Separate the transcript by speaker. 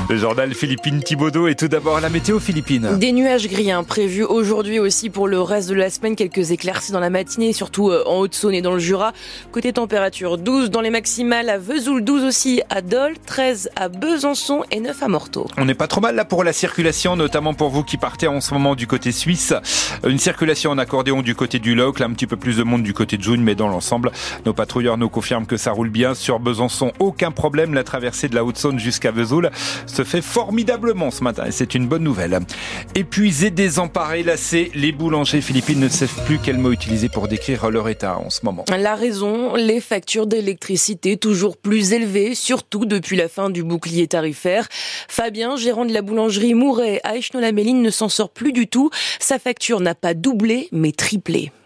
Speaker 1: Le journal Philippine Thibaudot et tout d'abord la météo philippine.
Speaker 2: Des nuages gris prévus aujourd'hui aussi pour le reste de la semaine. Quelques éclaircies dans la matinée, surtout en Haute-Saône et dans le Jura. Côté température, 12 dans les maximales à Vesoul, 12 aussi à Dole, 13 à Besançon et 9 à Morteau.
Speaker 1: On n'est pas trop mal là pour la circulation, notamment pour vous qui partez en ce moment du côté suisse. Une circulation en accordéon du côté du Locle, un petit peu plus de monde du côté de Jougne, mais dans l'ensemble, nos patrouilleurs nous confirment que ça roule bien. Sur Besançon, aucun problème. La traversée de la Haute-Saône jusqu'à Vesoul se fait formidablement ce matin et c'est une bonne nouvelle. Épuisés, désemparés, lassés, les boulangers philippines ne savent plus quel mot utiliser pour décrire leur état en ce moment.
Speaker 2: La raison, les factures d'électricité toujours plus élevées, surtout depuis la fin du bouclier tarifaire. Fabien, gérant de la boulangerie Mouret à Échenot-la-Méline, ne s'en sort plus du tout. Sa facture n'a pas doublé, mais triplé.